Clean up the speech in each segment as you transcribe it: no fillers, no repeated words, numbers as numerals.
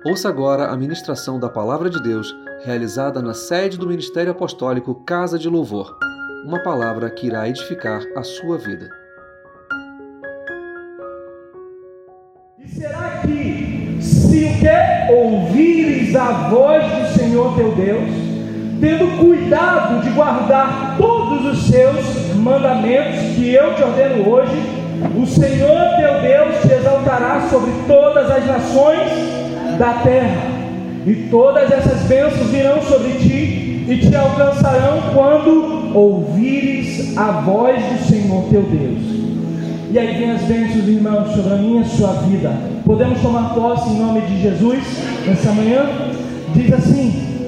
Ouça agora a ministração da Palavra de Deus, realizada na sede do Ministério Apostólico Casa de Louvor. Uma palavra que irá edificar a sua vida. E será que, se o que? Ouvires a voz do Senhor teu Deus, tendo cuidado de guardar todos os seus mandamentos que eu te ordeno hoje, o Senhor teu Deus te exaltará sobre todas as nações da terra, e todas essas bênçãos virão sobre ti e te alcançarão quando ouvires a voz do Senhor teu Deus. E aí vem as bênçãos, irmãos, sobre a minha e a sua vida. Podemos tomar posse em nome de Jesus nessa manhã? Diz assim: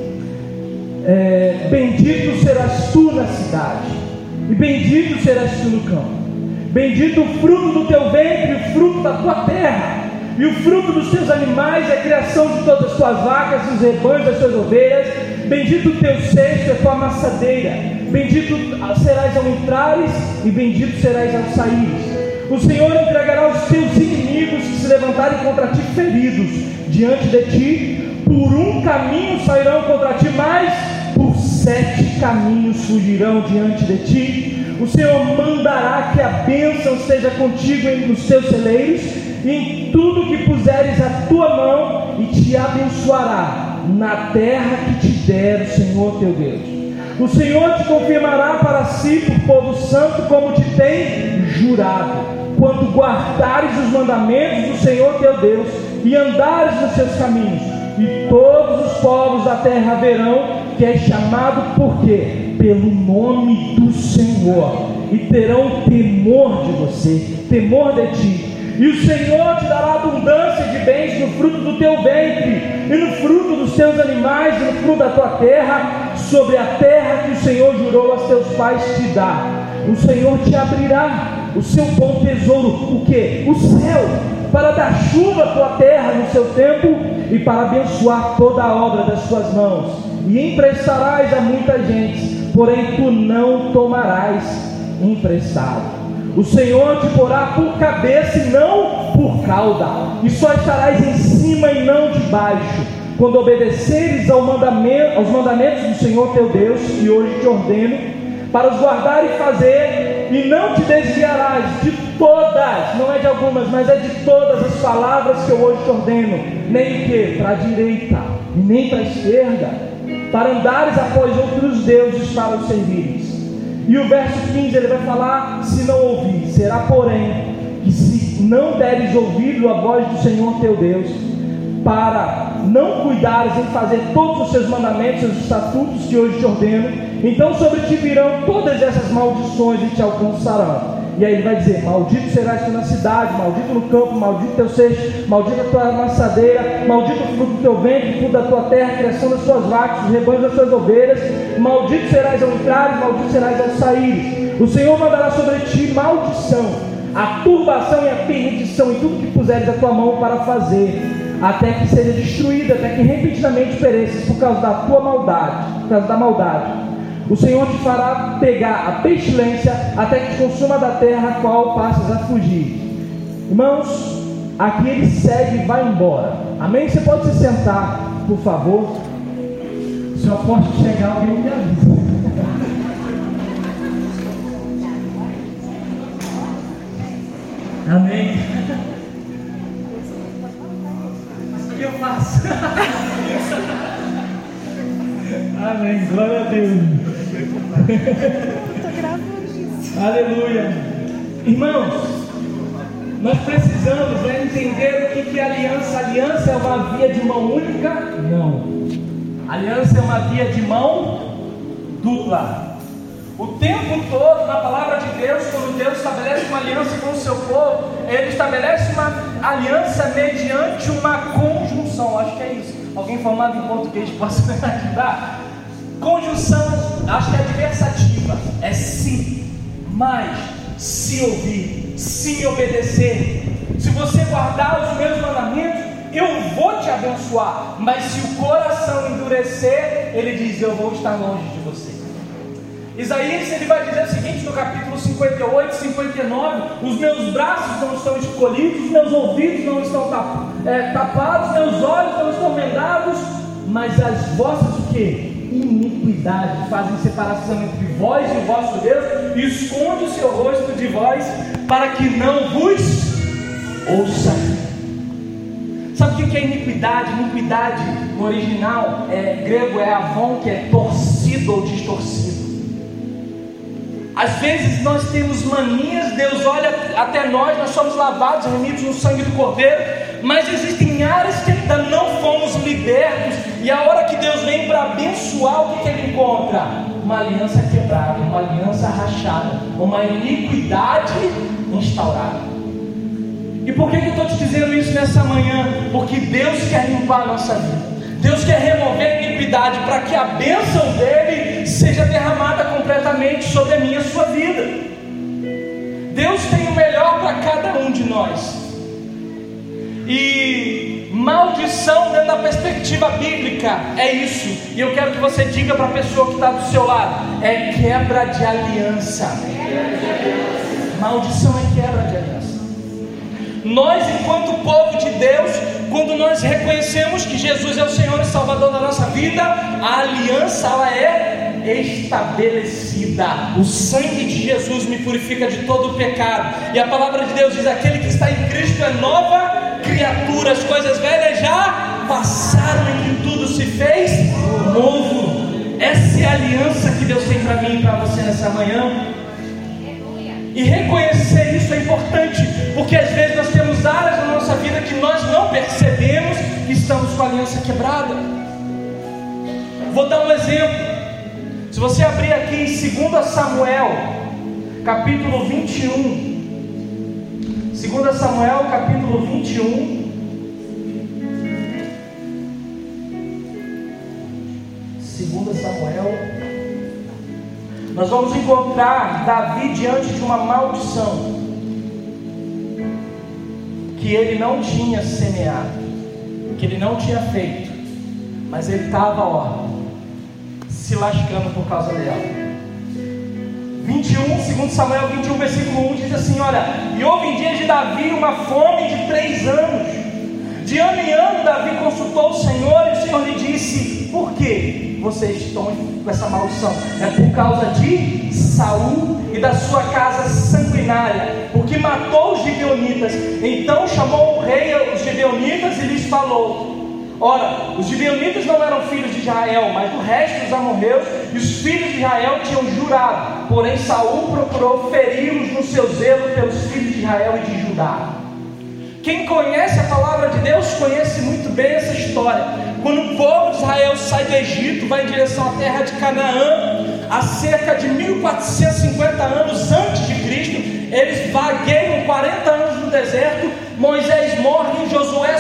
bendito serás tu na cidade, e bendito serás tu no campo. Bendito o fruto do teu ventre, o fruto da tua terra, e o fruto dos teus animais, a criação de todas as tuas vacas e os rebanhos das tuas ovelhas. Bendito o teu cesto e a tua amassadeira. Bendito serás ao entrares e bendito serás ao saíres. O Senhor entregará os teus inimigos que se levantarem contra ti feridos diante de ti. Por um caminho sairão contra ti, mas por 7 caminhos fugirão diante de ti. O Senhor mandará que a bênção esteja contigo nos teus celeiros e em tudo que puseres a tua mão, e te abençoará na terra que te der o Senhor teu Deus. O Senhor te confirmará para si por povo santo, como te tem jurado, quando guardares os mandamentos do Senhor teu Deus e andares nos seus caminhos. E todos os povos da terra verão que és chamado por quê? Pelo nome do Senhor, e terão temor de você, temor de ti. E o Senhor te dará abundância de bens no fruto do teu ventre, e no fruto dos teus animais, e no fruto da tua terra, sobre a terra que o Senhor jurou aos teus pais te dar. O Senhor te abrirá o seu bom tesouro, o quê? O céu, para dar chuva à tua terra no seu tempo, e para abençoar toda a obra das tuas mãos. E emprestarás a muita gente, porém tu não tomarás emprestado. O Senhor te porá por cabeça e não por cauda, e só estarás em cima e não debaixo, quando obedeceres aos mandamentos do Senhor teu Deus, que hoje te ordeno, para os guardar e fazer, e não te desviarás de todas, não é de algumas, mas é de todas as palavras que eu hoje te ordeno, nem o que? Para a direita, e nem para a esquerda, para andares após outros deuses para os servires. E o verso 15 ele vai falar: se não ouvir, será porém que se não deres ouvido a voz do Senhor teu Deus, para não cuidares em fazer todos os seus mandamentos e os estatutos que hoje te ordeno, então sobre ti virão todas essas maldições e te alcançarão. E aí ele vai dizer: maldito serás tu na cidade, maldito no campo, maldito teu cesto, maldita a tua amassadeira, maldito o fruto do teu ventre, o fruto da tua terra, a criação das tuas vacas, os rebanhos das tuas ovelhas. Maldito serás ao entrar, maldito serás ao sair. O Senhor mandará sobre ti maldição, a turbação e a perdição em tudo que puseres a tua mão para fazer, até que seja destruída, até que repentinamente pereças por causa da tua maldade, por causa da maldade. O Senhor te fará pegar a pestilência até que te consuma da terra a qual passas a fugir. Irmãos, aqui ele segue e vai embora. Amém? Você pode se sentar, por favor. Se eu posso chegar, alguém me avisa. Amém? O que eu faço? Amém, glória a Deus. Estou gravando isso. Aleluia. Irmãos, nós precisamos entender o que é aliança. Aliança é uma via de mão única? Não. Aliança é uma via de mão dupla. O tempo todo, na palavra de Deus, quando Deus estabelece uma aliança com o seu povo, Ele estabelece uma aliança mediante uma conjunção. Acho que é isso. Alguém formado em português possa me ajudar? Conjunção, acho que é adversativa. É sim, mas se ouvir, se me obedecer, se você guardar os meus mandamentos, eu vou te abençoar. Mas se o coração endurecer, ele diz: eu vou estar longe de você. Isaías ele vai dizer o seguinte no capítulo 58, 59: os meus braços não estão escolhidos, os meus ouvidos não estão tapados, meus olhos não estão vendados, mas as vossas o quê? Iniquidade fazem separação entre vós e o vosso Deus, e esconde o seu rosto de vós, para que não vos ouça. Sabe o que é iniquidade? Iniquidade no original grego é avon, que é torcido ou distorcido. Às vezes nós temos manias, Deus olha até nós somos lavados, remidos no sangue do Cordeiro, mas existem áreas que ainda não fomos libertos, e a hora que Deus vem para abençoar, o que ele encontra? Uma aliança quebrada, uma aliança rachada, uma iniquidade instaurada. E por que eu estou te dizendo isso nessa manhã? Porque Deus quer limpar a nossa vida, Deus quer remover a iniquidade, para que a bênção dele seja derramada completamente sobre a minha e a sua vida. Deus tem o melhor para cada um de nós. E maldição, dentro da perspectiva bíblica, é isso. E eu quero que você diga para a pessoa que está do seu lado: é quebra de aliança. Maldição é quebra de aliança. Nós, enquanto povo de Deus, quando nós reconhecemos que Jesus é o Senhor e Salvador da nossa vida, a aliança ela é estabelecida. O sangue de Jesus me purifica de todo o pecado, e a palavra de Deus diz: aquele que está em Cristo é nova criatura, as coisas velhas já passaram e que tudo se fez novo. Essa é a aliança que Deus tem para mim e para você nessa manhã. E reconhecer isso é importante, porque às vezes nós temos áreas na nossa vida que nós não percebemos que estamos com a aliança quebrada. Vou dar um exemplo. Se você abrir aqui em 2 Samuel, capítulo 21, 2 Samuel, capítulo 21, nós vamos encontrar Davi diante de uma maldição que ele não tinha semeado, que ele não tinha feito, mas ele estava se lascando por causa dela. 2 Samuel 21, versículo 1 diz assim: olha, e houve em dias de Davi uma fome de 3 anos. De ano em ano Davi consultou o Senhor, e o Senhor lhe disse: por que vocês estão com essa maldição? É por causa de Saul e da sua casa sanguinária, porque matou os gibeonitas. Então chamou o rei os gibeonitas e lhes falou: ora, os gibeonitas não eram filhos de Israel, mas do resto dos amorreus, e os filhos de Israel tinham jurado. Porém Saul procurou feri-los no seu zelo pelos filhos de Israel e de Judá. Quem conhece a palavra de Deus conhece muito bem essa história. Quando o povo de Israel sai do Egito, vai em direção à terra de Canaã, há cerca de 1450 anos antes de Cristo, eles vagueiam 40 anos no deserto. Moisés morre e Josué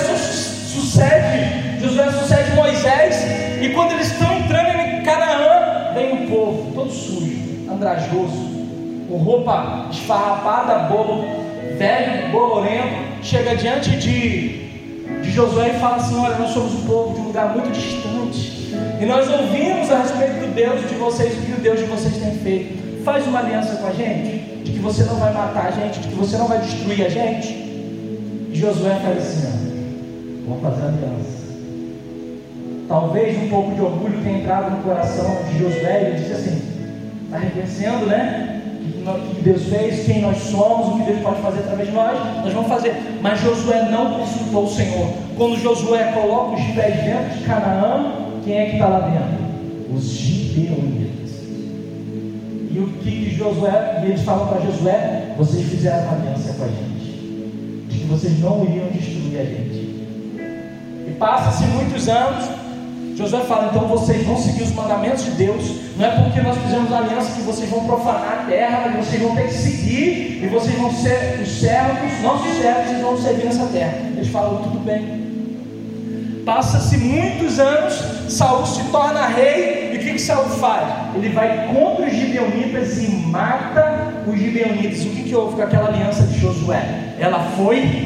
sucede Moisés, e quando eles estão entrando em Canaã, vem um povo todo sujo, andrajoso, com roupa esfarrapada, velho, bolorento, chega diante de Josué e fala assim: olha, nós somos um povo de um lugar muito distante, e nós ouvimos a respeito do Deus de vocês, o que o Deus de vocês tem feito. Faz uma aliança com a gente, de que você não vai matar a gente, de que você não vai destruir a gente. E Josué faz assim: vamos fazer aliança. Talvez um pouco de orgulho tenha entrado no coração de Josué, ele disse assim: está reconhecendo, né? O que Deus fez, quem nós somos, o que Deus pode fazer através de nós vamos fazer. Mas Josué não consultou o Senhor. Quando Josué coloca os pés dentro de Canaã, quem é que está lá dentro? Os gibeonitas. E o que Josué, e eles falam para Josué: vocês fizeram uma aliança com a gente, de que vocês não iriam destruir a gente. E passa-se muitos anos, Josué fala: então vocês vão seguir os mandamentos de Deus. Não é porque nós fizemos aliança que vocês vão profanar a terra, mas vocês vão ter que seguir, e vocês vão ser os servos, nossos servos, e vão servir nessa terra. Eles falam: tudo bem. Passa-se muitos anos, Saul se torna rei, e o que Saul faz? Ele vai contra os gibeonitas e mata os gibeonitas. O que houve com aquela aliança de Josué? Ela foi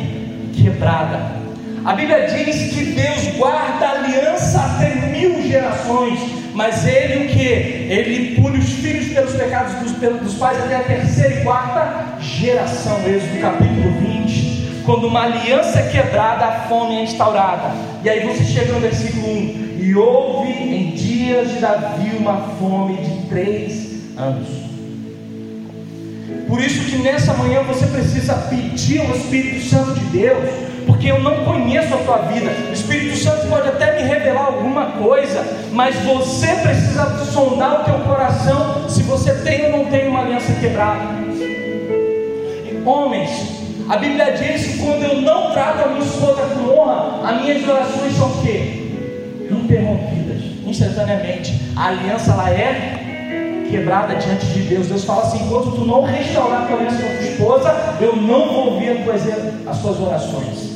quebrada. A Bíblia diz que Deus guarda a aliança até 1000 gerações. mas ele o que? Ele pune os filhos pelos pecados dos pais até a terceira e quarta geração. Êxodo capítulo 20. Quando uma aliança é quebrada, a fome é instaurada. E aí você chega no versículo 1: e houve em dias de Davi uma fome de 3 anos. Por isso que nessa manhã você precisa pedir ao Espírito Santo de Deus, porque eu não conheço a tua vida. O Espírito Santo pode até me revelar alguma coisa, mas você precisa sondar o teu coração se você tem ou não tem uma aliança quebrada. Homens, a Bíblia diz que quando eu não trato a minha esposa com honra, as minhas orações são o quê? Interrompidas, instantaneamente. A aliança, ela é quebrada diante de Deus. Deus fala assim: enquanto tu não restaurar a tua aliança com a tua esposa, eu não vou ouvir as tuas orações.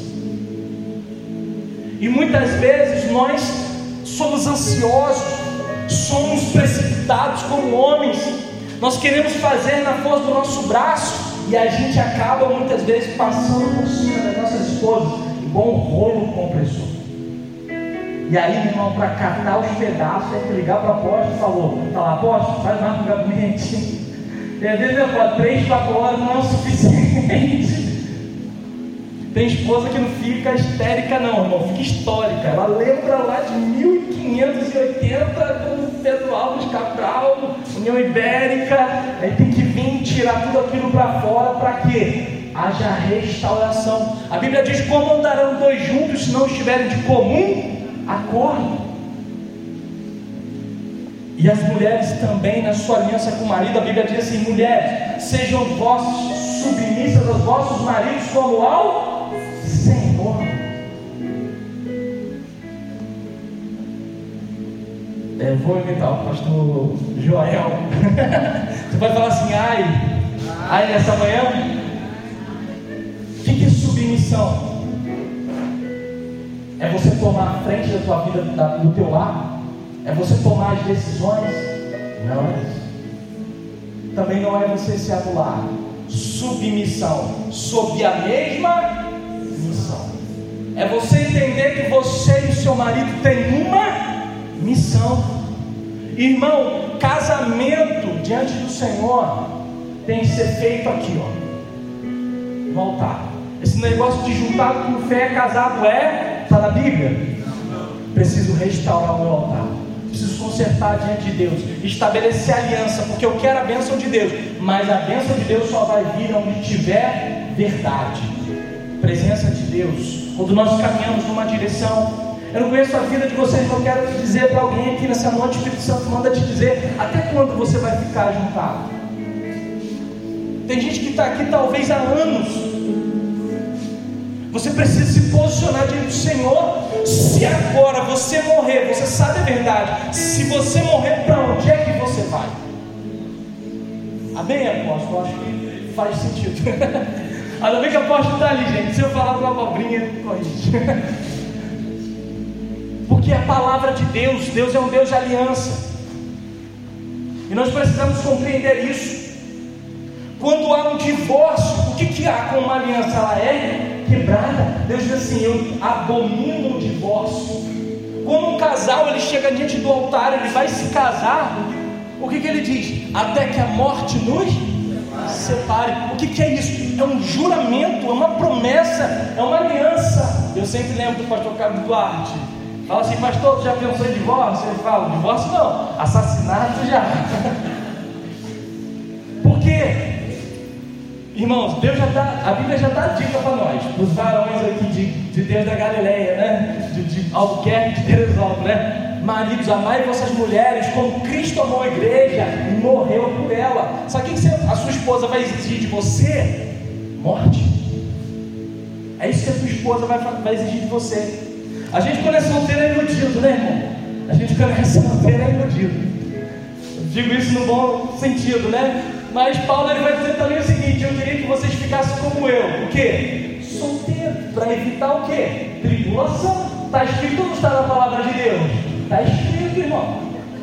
E muitas vezes nós somos ansiosos, somos precipitados como homens. Nós queremos fazer na força do nosso braço, e a gente acaba muitas vezes passando por cima das nossas esposas, igual um rolo compressor. E aí, meu irmão, para catar os pedaços, tem que ligar para o apóstolo e falou: tá lá, apóstolo, faz mais um gabinete. E às vezes eu falo, 3, 4 horas não é o suficiente. Tem esposa que não fica histérica não, irmão, fica histórica. Ela lembra lá de 1580, com Pedro Alves Cabral, União Ibérica. Aí tem que vir tirar tudo aquilo para fora, para quê? Haja restauração. A Bíblia diz: como andarão dois juntos se não estiverem de comum acordo? E as mulheres também, na sua aliança com o marido, a Bíblia diz assim: mulheres, sejam vós submissas aos vossos maridos como ao Senhor. Eu vou imitar o pastor Joel. Você vai falar assim: ai nessa manhã. O que é submissão? É você tomar a frente da tua vida, do teu lar? É você tomar as decisões? Não é isso. Também não é você se anular. Submissão sob a mesma missão. É você entender que você e o seu marido têm uma missão. Irmão, casamento diante do Senhor tem que ser feito aqui, ó, no altar. Esse negócio de juntado com fé, casado está na Bíblia? Preciso restaurar o meu altar, preciso consertar diante de Deus, estabelecer aliança, porque eu quero a bênção de Deus, mas a bênção de Deus só vai vir onde tiver verdade, presença de Deus. Quando nós caminhamos numa direção, eu não conheço a vida de vocês, mas eu quero te dizer para alguém aqui nessa noite: o Espírito Santo manda te dizer até quando você vai ficar juntado. Tem gente que está aqui talvez há anos. Você precisa se posicionar diante do Senhor. Se agora você morrer, você sabe a verdade, se você morrer, para onde é que você vai? Amém, apóstolo? Acho que faz sentido. Ainda bem que o apóstolo está ali, gente. Se eu falar uma abobrinha, corrige. Porque a palavra de Deus é um Deus de aliança, e nós precisamos compreender isso. Quando há um divórcio, o que há com uma aliança? Ela é quebrada. Deus diz assim: eu abomino o divórcio. Quando um casal ele chega diante do altar, ele vai se casar, o que ele diz? Até que a morte nos separe. O que é isso? É um juramento, é uma promessa, é uma aliança. Eu sempre lembro do pastor Carlos Duarte. Fala assim: pastor, já pensou em divórcio? Ele fala: divórcio não, assassinato já. Por quê? Irmãos, a Bíblia já dá dica para nós, os varões aqui de Deus da Galileia, né? De Albuquerque, de Teresópolis, né? Maridos, amai vossas mulheres como Cristo amou a igreja e morreu por ela. Sabe o que a sua esposa vai exigir de você? Morte. É isso que a sua esposa vai exigir de você. A gente, quando é solteiro, é iludido, né, irmão? A gente, quando é solteiro, é iludido. Eu digo isso no bom sentido, né? Mas Paulo ele vai dizer também o seguinte: eu queria que vocês ficassem como eu. O quê? Solteiro. Para evitar o quê? Tribulação. Está escrito ou não está na palavra de Deus? Está escrito, irmão.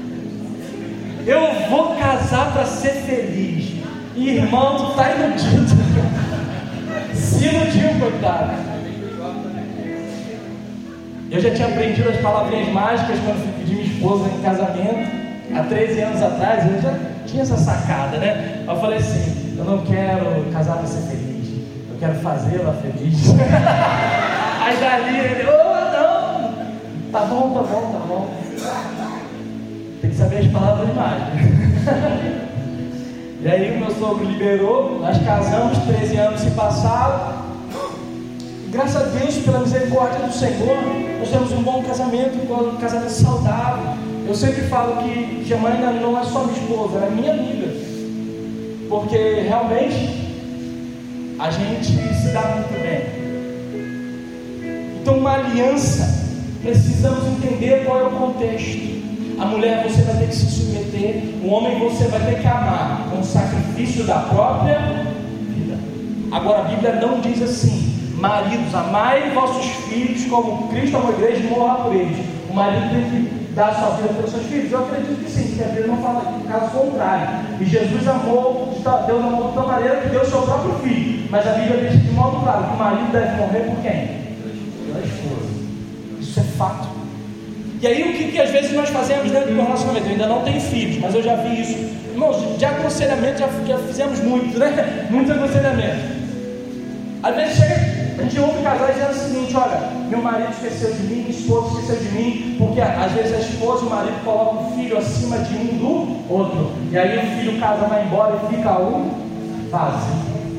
Eu vou casar para ser feliz. Irmão, tu está iludido. Se iludiu, coitado. Eu já tinha aprendido as palavrinhas mágicas quando fui pedir minha esposa em casamento, há 13 anos atrás, eu já tinha essa sacada, né? Eu falei assim, eu não quero casar para ser feliz, eu quero fazê-la feliz. Aí dali ele, não, tá bom. Tem que saber as palavras mágicas. E aí o meu sogro liberou, nós casamos, 13 anos se passaram. Graças a Deus, pela misericórdia do Senhor, nós temos um bom casamento, um casamento saudável. Eu sempre falo que Germânia não é só minha esposa, ela é minha amiga. Porque realmente a gente se dá muito bem. Então, uma aliança, precisamos entender qual é o contexto. A mulher você vai ter que se submeter, o homem você vai ter que amar com o sacrifício da própria vida. Agora a Bíblia não diz assim: maridos, amai vossos filhos como Cristo amou a igreja e morra por eles. O marido tem que dar a sua vida pelos seus filhos. Eu acredito que sim, porque a Bíblia não fala aqui, no caso contrário. E Jesus amou, Deus amou de tal maneira que deu o seu próprio filho. Mas a Bíblia deixa de modo claro que o marido deve morrer por quem? Pela esposa. Isso é fato. E aí o que às vezes nós fazemos dentro do relacionamento? Eu ainda não tenho filhos, mas eu já vi isso. Irmãos, de aconselhamento já fizemos muito, né? Muito aconselhamento. Às vezes a gente ouve casais dizendo o seguinte: olha, meu marido esqueceu de mim, minha esposa esqueceu de mim, porque às vezes a esposa e o marido colocam o filho acima de um do outro. E aí o filho casa, vai embora e fica um vazio.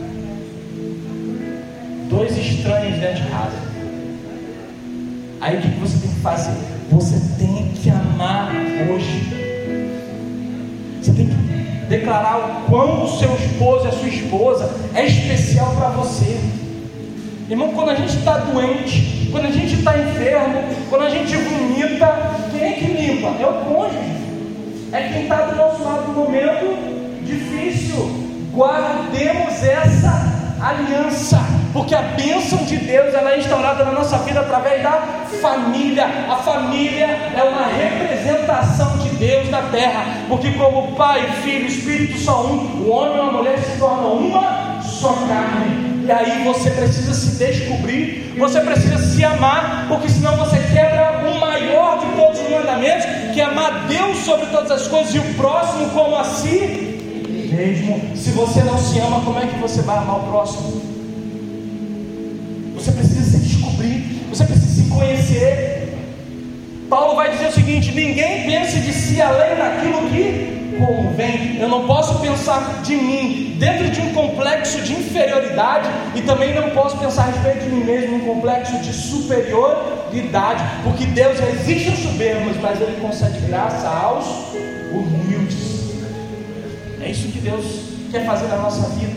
Dois estranhos dentro de casa. Aí o que você tem que fazer? Você tem que amar hoje. Você tem que declarar o quão o seu esposo e a sua esposa é especial para você. Irmão, quando a gente está doente, quando a gente está enfermo, quando a gente vomita, quem é que limpa? É o cônjuge. É quem está do nosso lado no momento difícil. Guardemos essa aliança, porque a bênção de Deus ela é instaurada na nossa vida através da família. A família é uma representação de Deus na terra, porque como Pai, Filho, Espírito são um, o homem e a mulher se tornam uma só carne. E aí você precisa se descobrir, você precisa se amar, porque senão você quebra o maior de todos os mandamentos, que é amar Deus sobre todas as coisas e o próximo como a si mesmo. Se você não se ama, como é que você vai amar o próximo? Você precisa se descobrir, você precisa se conhecer. Paulo vai dizer o seguinte: ninguém pense de si além daquilo que convém. Eu não posso pensar de mim dentro de um complexo de inferioridade, e também não posso pensar a respeito de mim mesmo em um complexo de superioridade, porque Deus resiste aos soberbos, mas Ele concede graça aos humildes. É isso que Deus quer fazer na nossa vida.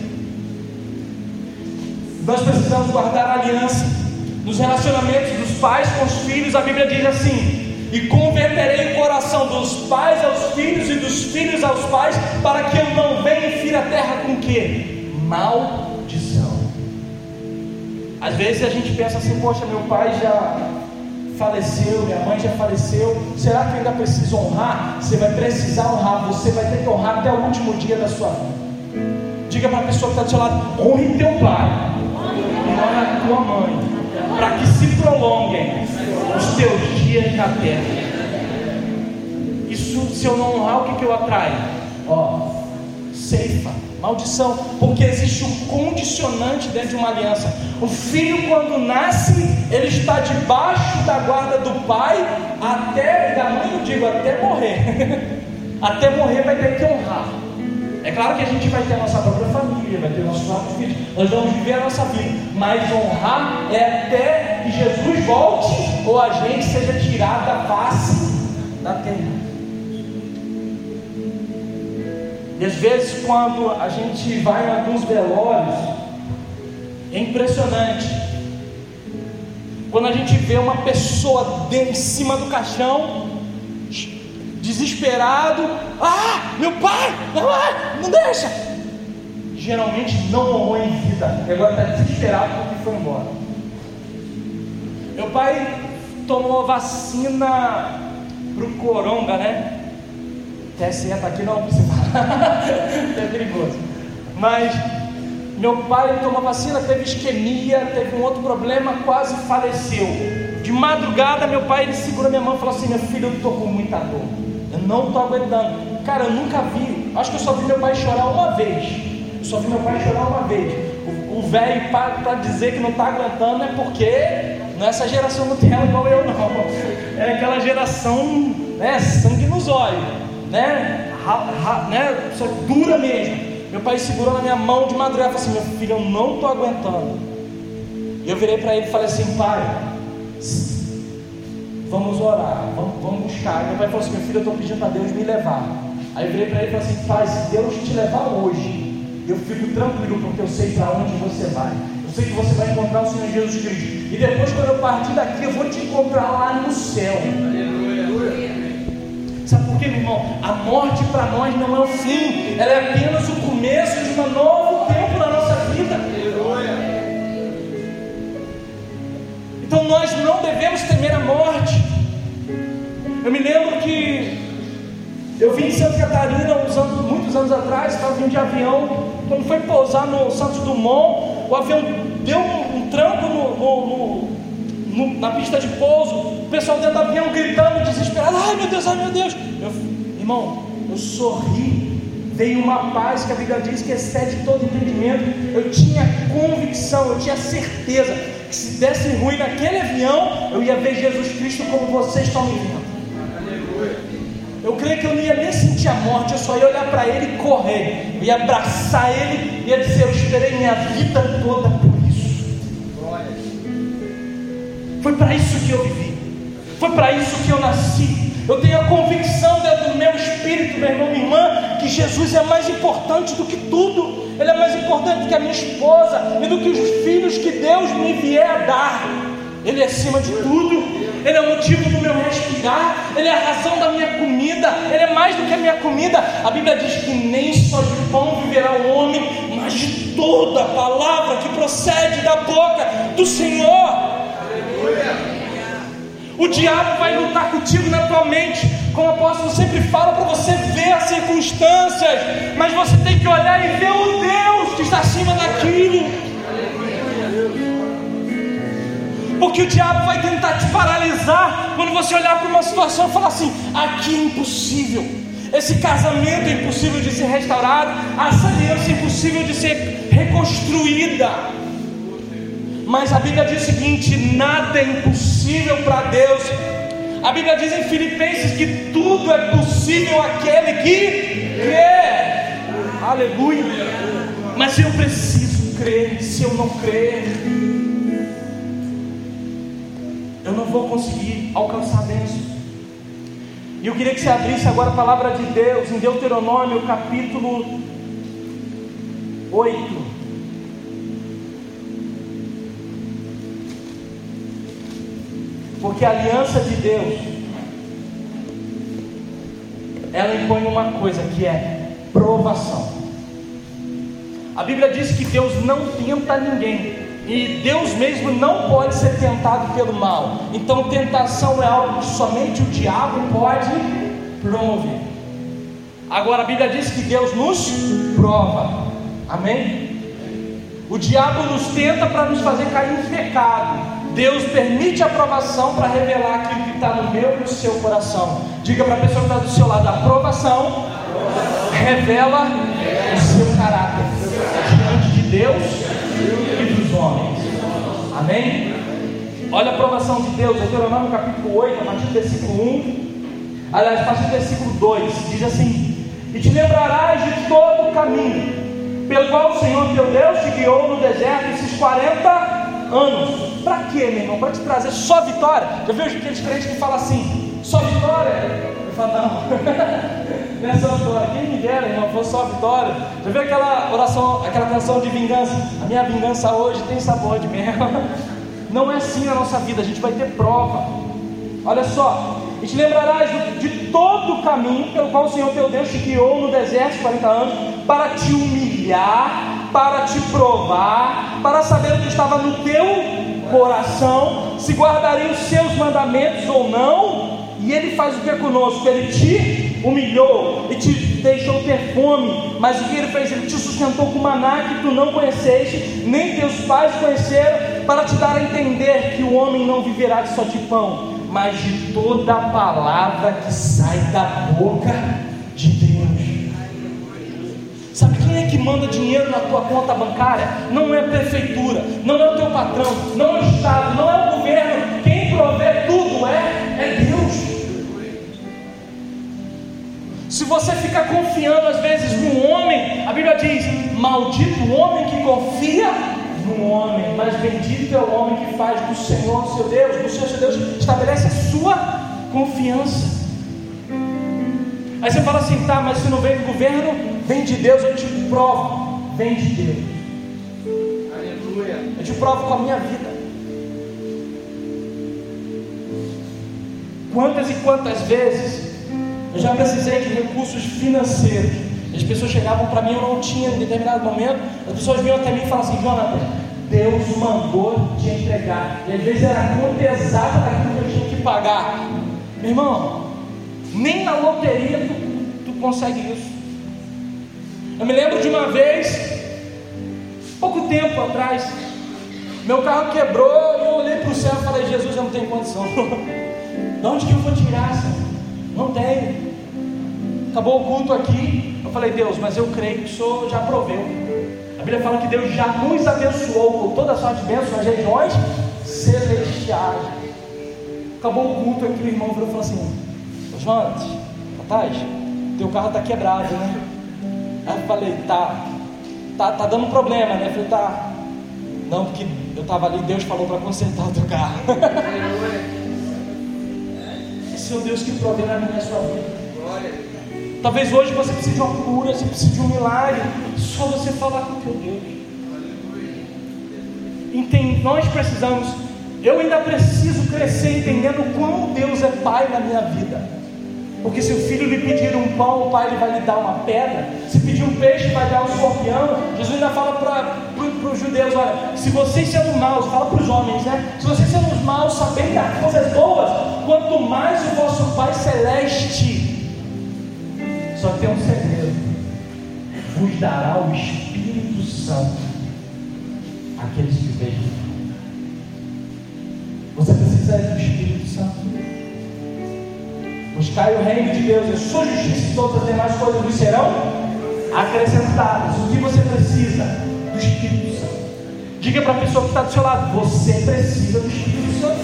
Nós precisamos guardar a aliança nos relacionamentos dos pais com os filhos. A Bíblia diz assim: e converterei o coração dos pais aos filhos e dos filhos aos pais, para que eu não venha e fira a terra com o quê? Maldição. Às vezes a gente pensa assim: poxa, meu pai já faleceu, minha mãe já faleceu, será que eu ainda preciso honrar? Você vai precisar honrar, você vai ter que honrar até o último dia da sua vida. Diga para a pessoa que está do seu lado: honre teu pai e honre a tua mãe, para que se prolonguem os teus dias na terra. Isso, se eu não honrar, o que eu atraio? Ceifa, maldição, porque existe um condicionante dentro de uma aliança. O filho, quando nasce, ele está debaixo da guarda do pai até, da mãe eu digo, até morrer. Até morrer vai ter que honrar. É claro que a gente vai ter a nossa própria família, vai ter nossos próprios filhos, nós vamos viver a nossa vida, mas honrar é até que Jesus volte ou a gente seja tirado da face da terra. E às vezes quando a gente vai em alguns velórios, é impressionante. Quando a gente vê uma pessoa em cima do caixão, desesperado: meu pai, não deixa. Geralmente não honrou em vida, e agora está desesperado porque foi embora. Meu pai tomou vacina pro coronga, né? TSE está aqui, não precisa falar. É perigoso. Mas meu pai tomou vacina, teve isquemia, teve um outro problema, quase faleceu. De madrugada, meu pai, ele segura minha mão e fala assim: minha filha, eu estou com muita dor, eu não estou aguentando. Cara, eu nunca vi, acho que eu só vi meu pai chorar uma vez. O velho, para dizer que não está aguentando, é porque não é essa geração Nutella igual eu, não. É aquela geração, né, sangue nos olhos, né, só dura mesmo. Meu pai segurou na minha mão de madrugada e falou assim: meu filho, eu não estou aguentando. E eu virei para ele e falei assim: pai, vamos orar, vamos buscar. E meu pai falou assim: meu filho, eu estou pedindo para Deus me levar. Aí eu virei para ele e falei assim: pai, se Deus te levar hoje, eu fico tranquilo, porque eu sei para onde você vai. Eu sei que você vai encontrar o Senhor Jesus Cristo. E depois, quando eu partir daqui, eu vou te encontrar lá no céu. Aleluia. Sabe por quê, meu irmão? A morte para nós não é o fim, ela é apenas o começo de um novo tempo na nossa vida. Aleluia. Então nós não devemos temer a morte. Eu me lembro que eu vim de Santa Catarina muitos anos atrás, estava vindo de avião. Quando foi pousar no Santos Dumont, o avião deu um tranco na pista de pouso. O pessoal dentro do avião gritando, desesperado: ai meu Deus, ai meu Deus. Irmão, eu sorri. Veio uma paz que a Bíblia diz que excede todo entendimento. Eu tinha convicção, eu tinha certeza que se desse ruim naquele avião, eu ia ver Jesus Cristo como vocês estão me vendo. Eu creio que eu não ia nem sentir a morte, eu só ia olhar para Ele e correr. Eu ia abraçar Ele e ia dizer: eu esperei minha vida toda por isso. Foi para isso que eu vivi, foi para isso que eu nasci. Eu tenho a convicção dentro do meu espírito, meu irmão, minha irmã, que Jesus é mais importante do que tudo. Ele é mais importante do que a minha esposa e do que os filhos que Deus me vier a dar. Ele é acima de tudo. Ele é o motivo do meu respirar, Ele é a razão da minha comida, Ele é mais do que a minha comida. A Bíblia diz que nem só de pão viverá o homem, mas de toda a palavra que procede da boca do Senhor. Aleluia. O diabo vai lutar contigo na tua mente, como o apóstolo sempre fala, para você ver as circunstâncias, mas você tem que olhar e ver o Deus que está acima daquilo. Porque o diabo vai tentar te paralisar quando você olhar para uma situação e falar assim: aqui é impossível, esse casamento é impossível de ser restaurado, essa aliança é impossível de ser reconstruída. Mas a Bíblia diz o seguinte: nada é impossível para Deus. A Bíblia diz em Filipenses que tudo é possível àquele que crê. Aleluia. Mas eu preciso crer. Se eu não crer, eu não vou conseguir alcançar a bênção. E eu queria que você abrisse agora a palavra de Deus em Deuteronômio capítulo 8. Porque a aliança de Deus, ela impõe uma coisa que é provação. A Bíblia diz que Deus não tenta ninguém, e Deus mesmo não pode ser tentado pelo mal. Então tentação é algo que somente o diabo pode promover. Agora a Bíblia diz que Deus nos prova. Amém? O diabo nos tenta para nos fazer cair em pecado. Deus permite a provação para revelar aquilo que está no meu e no seu coração. Diga para a pessoa que está do seu lado: a provação revela o seu caráter diante de Deus e dos homens. Amém? Olha a aprovação de Deus, Deuteronômio capítulo 8, a partir do versículo 1, aliás, a partir do versículo 2, diz assim: e te lembrarás de todo o caminho pelo qual o Senhor teu Deus te guiou no deserto esses 40 anos. Para quê, meu irmão? Para te trazer só vitória? Já viu aqueles crentes que falam assim: só vitória? Eu falo: não, não é só vitória. Quem me dera, irmão, fosse só vitória. Já viu aquela oração, aquela canção de vingança? A minha vingança hoje tem sabor de mel. Não é assim na nossa vida, a gente vai ter prova. Olha só: e te lembrarás de todo o caminho pelo qual o Senhor teu Deus te guiou no deserto 40 anos, para te humilhar, para te provar, para saber o que estava no teu coração, se guardaria os seus mandamentos ou não. E Ele faz o que é conosco? Ele te humilhou e te deixou ter fome. Mas o que Ele fez? Ele te sustentou com maná que tu não conheceste, nem teus pais conheceram, para te dar a entender que o homem não viverá só de pão, mas de toda a palavra que sai da boca de Deus. Sabe quem é que manda dinheiro na tua conta bancária? Não é a prefeitura, não é o teu patrão, não é o Estado, não é o governo. Quem provê tudo é Deus. Se você ficar confiando às vezes no homem, a Bíblia diz: maldito o homem que confia no homem, mas bendito é o homem que faz do Senhor seu Deus. Do Senhor seu Deus estabelece a sua confiança. Aí você fala assim: tá, mas se não vem do governo, vem de Deus. Eu te provo, vem de Deus. Aleluia. Eu te provo com a minha vida. Quantas e quantas vezes eu já precisei de recursos financeiros. As pessoas chegavam para mim, eu não tinha em determinado momento. As pessoas vinham até mim e falavam assim: Jonathan, Deus mandou te entregar. E às vezes era a conta exata daquilo que eu tinha que pagar. Meu irmão, nem na loteria tu consegue isso. Eu me lembro de uma vez, pouco tempo atrás, meu carro quebrou e eu olhei para o céu e falei: Jesus, eu não tenho condição. De onde que eu vou tirar, Senhor? Não tenho. Acabou o culto aqui, eu falei: Deus, mas eu creio que o Senhor já proveu. A Bíblia fala que Deus já nos abençoou com toda a sorte de bênçãos nas regiões celestiais. Acabou o culto aqui, o irmão virou e falou assim: Jonas, Natália, teu carro está quebrado, né? Aí eu falei: tá dando problema, né? Eu falei: tá. Não, porque eu estava ali, Deus falou para consertar o teu carro. Esse é o Deus que provê na minha sua vida. Talvez hoje você precise de uma cura, você precise de um milagre. Só você falar com o teu Deus. Entende? Nós precisamos. Eu ainda preciso crescer entendendo como Deus é Pai na minha vida. Porque se o filho lhe pedir um pão, o pai ele vai lhe dar uma pedra. Se pedir um peixe, vai dar um escorpião. Jesus ainda fala para os judeus: olha, se vocês sendo maus, fala para os homens, né? Se vocês sendo maus sabem dar coisas boas, quanto mais o vosso Pai Celeste. Só tem um segredo: vos dará o Espírito Santo àqueles que pedem. Você precisa do Espírito Santo. Buscai o reino de Deus e a sua justiça, e todas as demais coisas lhe serão acrescentadas. O que você precisa? Do Espírito Santo. Diga para a pessoa que está do seu lado: você precisa do Espírito Santo.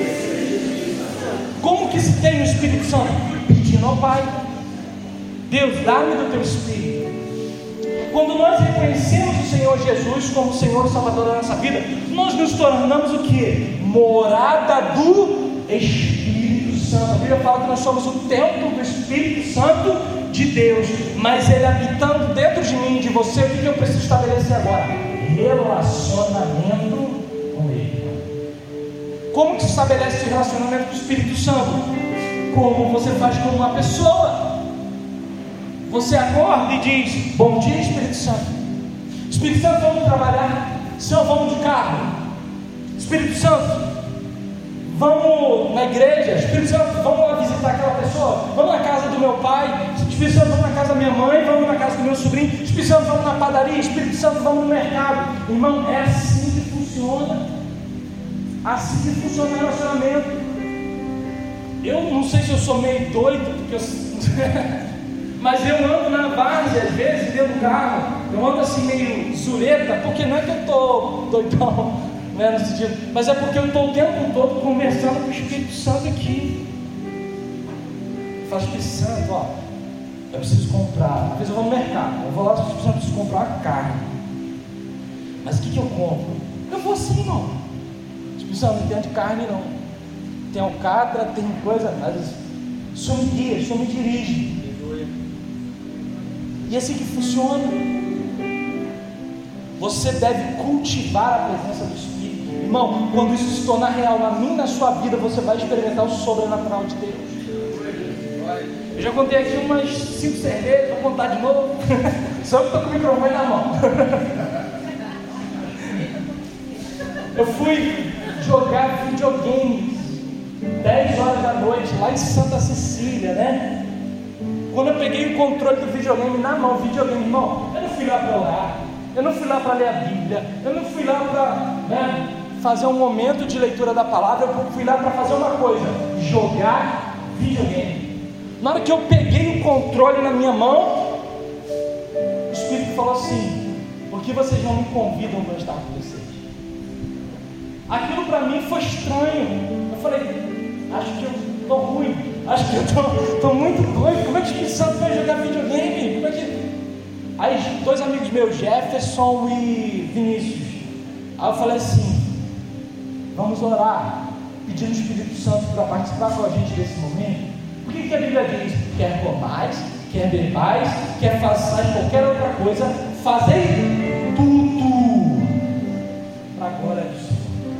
Como que se tem o Espírito Santo? Pedindo ao Pai: Deus, dá-me do teu Espírito. Quando nós reconhecemos o Senhor Jesus como Senhor e Salvador da nossa vida, nós nos tornamos o que? Morada do Espírito Santo. A Bíblia fala que nós somos o templo do Espírito Santo de Deus. Mas Ele habitando dentro de mim e de você, o que eu preciso estabelecer agora? Relacionamento com Ele. Como que se estabelece esse relacionamento com o Espírito Santo? Como você faz com uma pessoa. Você acorda e diz: bom dia, Espírito Santo. Espírito Santo, vamos trabalhar. Senhor, vamos de carro. Espírito Santo, vamos na igreja. Espírito Santo, vamos lá visitar aquela pessoa. Vamos na casa do meu pai. Espírito Santo, vamos na casa da minha mãe. Vamos na casa do meu sobrinho. Espírito Santo, vamos na padaria. Espírito Santo, vamos no mercado. Irmão, é assim que funciona. Assim que funciona o relacionamento. Eu não sei se eu sou meio doido, porque eu... mas eu ando na várzea, às vezes, dentro do carro. Eu ando assim meio zureta, porque não é que eu estou doidão, né, no sentido, mas é porque eu estou o tempo todo conversando com o Espírito Santo aqui. Eu falo: Espírito Santo, ó, eu preciso comprar. Às vezes eu vou no mercado, eu vou lá, eu preciso comprar carne. Mas o que eu compro? Eu vou assim, irmão. Espírito Santo, não entendo de carne não. Tem alcatra, tem coisa, mas o Senhor me guia, o Senhor me dirige. E é assim que funciona. Você deve cultivar a presença do Espírito. Irmão, quando isso se tornar real na minha e na sua vida, você vai experimentar o sobrenatural de Deus. Eu já contei aqui umas 5 cervejas, vou contar de novo. Só que estou com o microfone na mão. Eu fui jogar videogame 10 horas da noite lá em Santa Cecília, né? Quando eu peguei o controle do videogame na mão, irmão, eu não fui lá para orar, eu não fui lá para ler a Bíblia, eu não fui lá para fazer um momento de leitura da palavra, eu fui lá para fazer uma coisa: jogar videogame. Na hora que eu peguei o controle na minha mão, o Espírito falou assim: por que vocês não me convidam para estar com vocês? Aquilo para mim foi estranho. Eu falei: acho que eu estou ruim, acho que eu estou muito doido. Como é que o Espírito Santo vai jogar videogame? Como é que... Aí 2 amigos meus, Jefferson e Vinícius, aí eu falei assim: vamos orar, pedindo o Espírito Santo para participar com a gente desse momento. Por que a Bíblia diz: quer comais, quer bebais, quer façais qualquer outra coisa, fazei tudo para a glória do Senhor.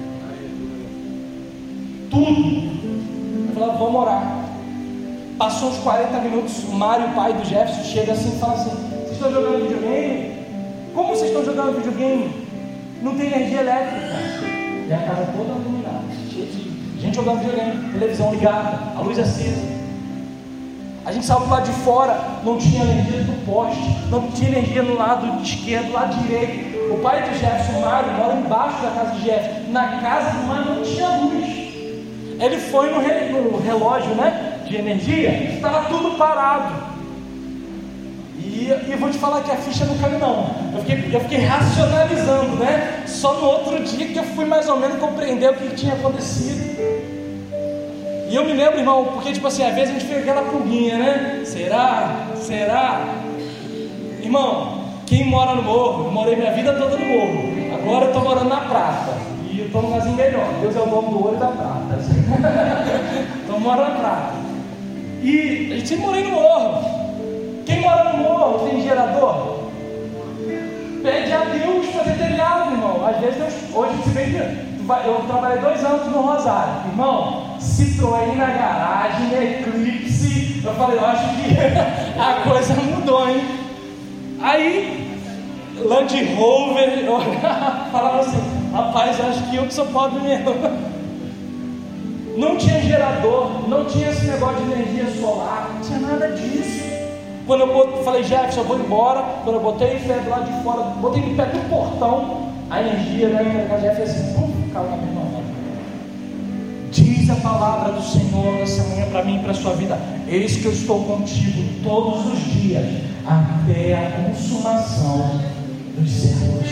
Tudo. Eu falei: vamos orar. Passou uns 40 minutos, o Mário, pai do Jefferson, chega assim e fala assim: vocês estão jogando videogame? Como vocês estão jogando videogame? Não tem energia elétrica. E a casa toda iluminada, cheia de gente jogando videogame, televisão ligada, a luz acesa. A gente saiu do lado de fora, não tinha energia do poste, não tinha energia no lado esquerdo, do lado direito. O pai de Jefferson, Mário, mora embaixo da casa de Jefferson. Na casa do Mário não tinha luz. Ele foi no relógio, né, de energia, estava tudo parado. E eu vou te falar que a ficha não caiu não. Eu fiquei racionalizando, né? Só no outro dia que eu fui mais ou menos compreender o que tinha acontecido. E eu me lembro, irmão, porque tipo assim, às vezes a gente fica aquela pulguinha, né? Será? Irmão, quem mora no morro, eu morei minha vida toda no morro. Agora eu estou morando na prata. E eu estou num lugarzinho melhor. Deus é o dono do ouro e da prata. Estou morando na prata. E a gente sempre morei no morro. Quem mora no morro tem gerador? Pede a Deus fazer telhado, irmão. Às vezes Deus, hoje se bem que eu trabalhei 2 anos no Rosário, irmão. Citroën na garagem, Eclipse. Eu falei: eu acho que a coisa mudou, hein? Aí Land Rover, eu falava assim: rapaz, eu acho que eu que sou pobre mesmo. Não tinha gerador, não tinha esse negócio de energia solar, não tinha nada disso. Quando eu falei: Jefferson, eu vou embora. Quando eu botei o pé do lado de fora, botei no pé do portão, a energia, né, que a Jefferson assim, pum, caiu na minha mão. Diz a palavra do Senhor nessa manhã para mim e para a sua vida: eis que eu estou contigo todos os dias, até a consumação dos séculos.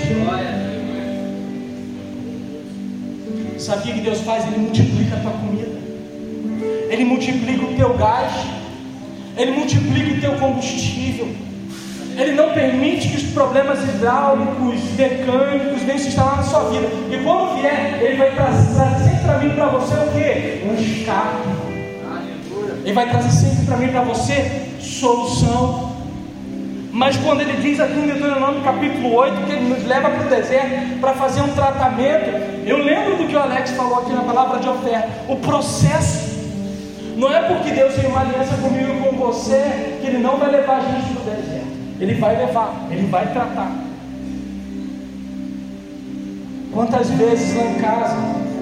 Sabe o que Deus faz? Ele multiplica a tua comida, Ele multiplica o teu gás, Ele multiplica o teu combustível. Ele não permite que os problemas hidráulicos, mecânicos venham se instalar na sua vida. E quando vier, Ele vai trazer sempre para mim e para você o quê? Um escape. Ele vai trazer sempre para mim e para você solução. Mas quando Ele diz aqui em Deuteronômio capítulo 8 que Ele nos leva para o deserto para fazer um tratamento, eu lembro do que o Alex falou aqui na palavra de oferta. O processo não é porque Deus tem uma aliança comigo e com você que Ele não vai levar a gente para o deserto. Ele vai levar, Ele vai tratar. Quantas vezes lá em casa,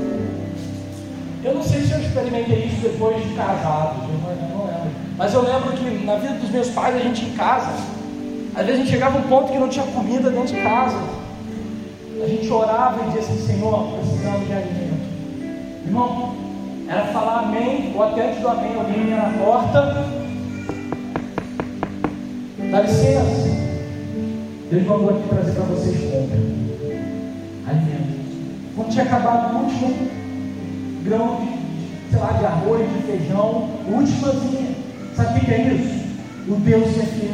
eu não sei se eu experimentei isso depois de casado, não lembro. Mas eu lembro que na vida dos meus pais, a gente em casa, às vezes a gente chegava a um ponto que não tinha comida dentro de casa. A gente orava e dizia assim: Senhor, precisamos de alimento. Irmão, era falar amém, ou até antes do amém, alguém ia na porta: dá licença, Deus mandou aqui trazer para vocês compra, alimento. Quando tinha acabado o último grão de arroz, de feijão, o último vinha. Sabe o que é isso? O Deus é fiel.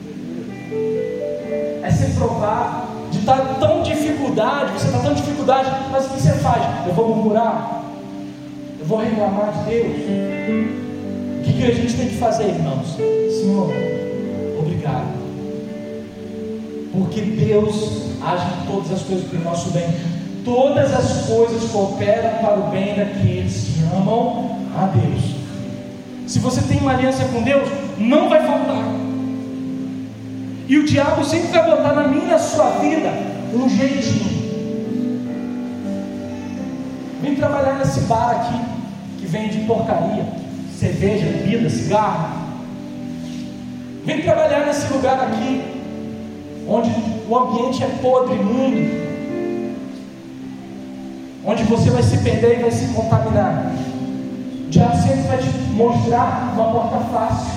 É ser provado, de estar tão dificuldade, você está tão dificuldade, mas o que você faz? Eu vou murmurar? Eu vou reclamar de Deus? O que a gente tem que fazer, irmãos? Senhor, obrigado, porque Deus age em todas as coisas para o nosso bem. Todas as coisas cooperam para o bem daqueles que amam a Deus. Se você tem uma aliança com Deus, não vai faltar. E o diabo sempre vai botar na minha e na sua vida um jeitinho. Vem trabalhar nesse bar aqui que vende porcaria, cerveja, bebida, cigarro. Vem trabalhar nesse lugar aqui onde o ambiente é podre, imundo, onde você vai se perder e vai se contaminar. O diabo sempre vai te mostrar uma porta fácil.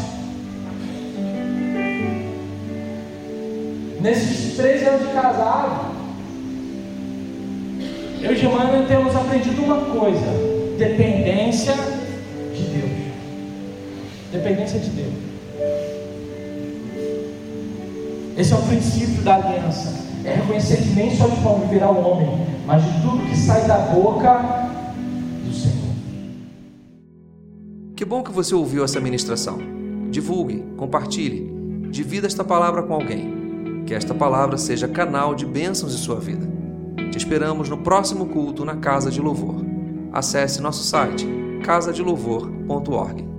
Nesses 13 anos de casado, eu e Germânia temos aprendido uma coisa: dependência de Deus. Dependência de Deus. Esse é o princípio da aliança. É reconhecer que nem só de pão viverá o homem, mas de tudo que sai da boca do Senhor. Que bom que você ouviu essa ministração. Divulgue, compartilhe, divida esta palavra com alguém. Que esta palavra seja canal de bênçãos em sua vida. Te esperamos no próximo culto na Casa de Louvor. Acesse nosso site casadelouvor.org.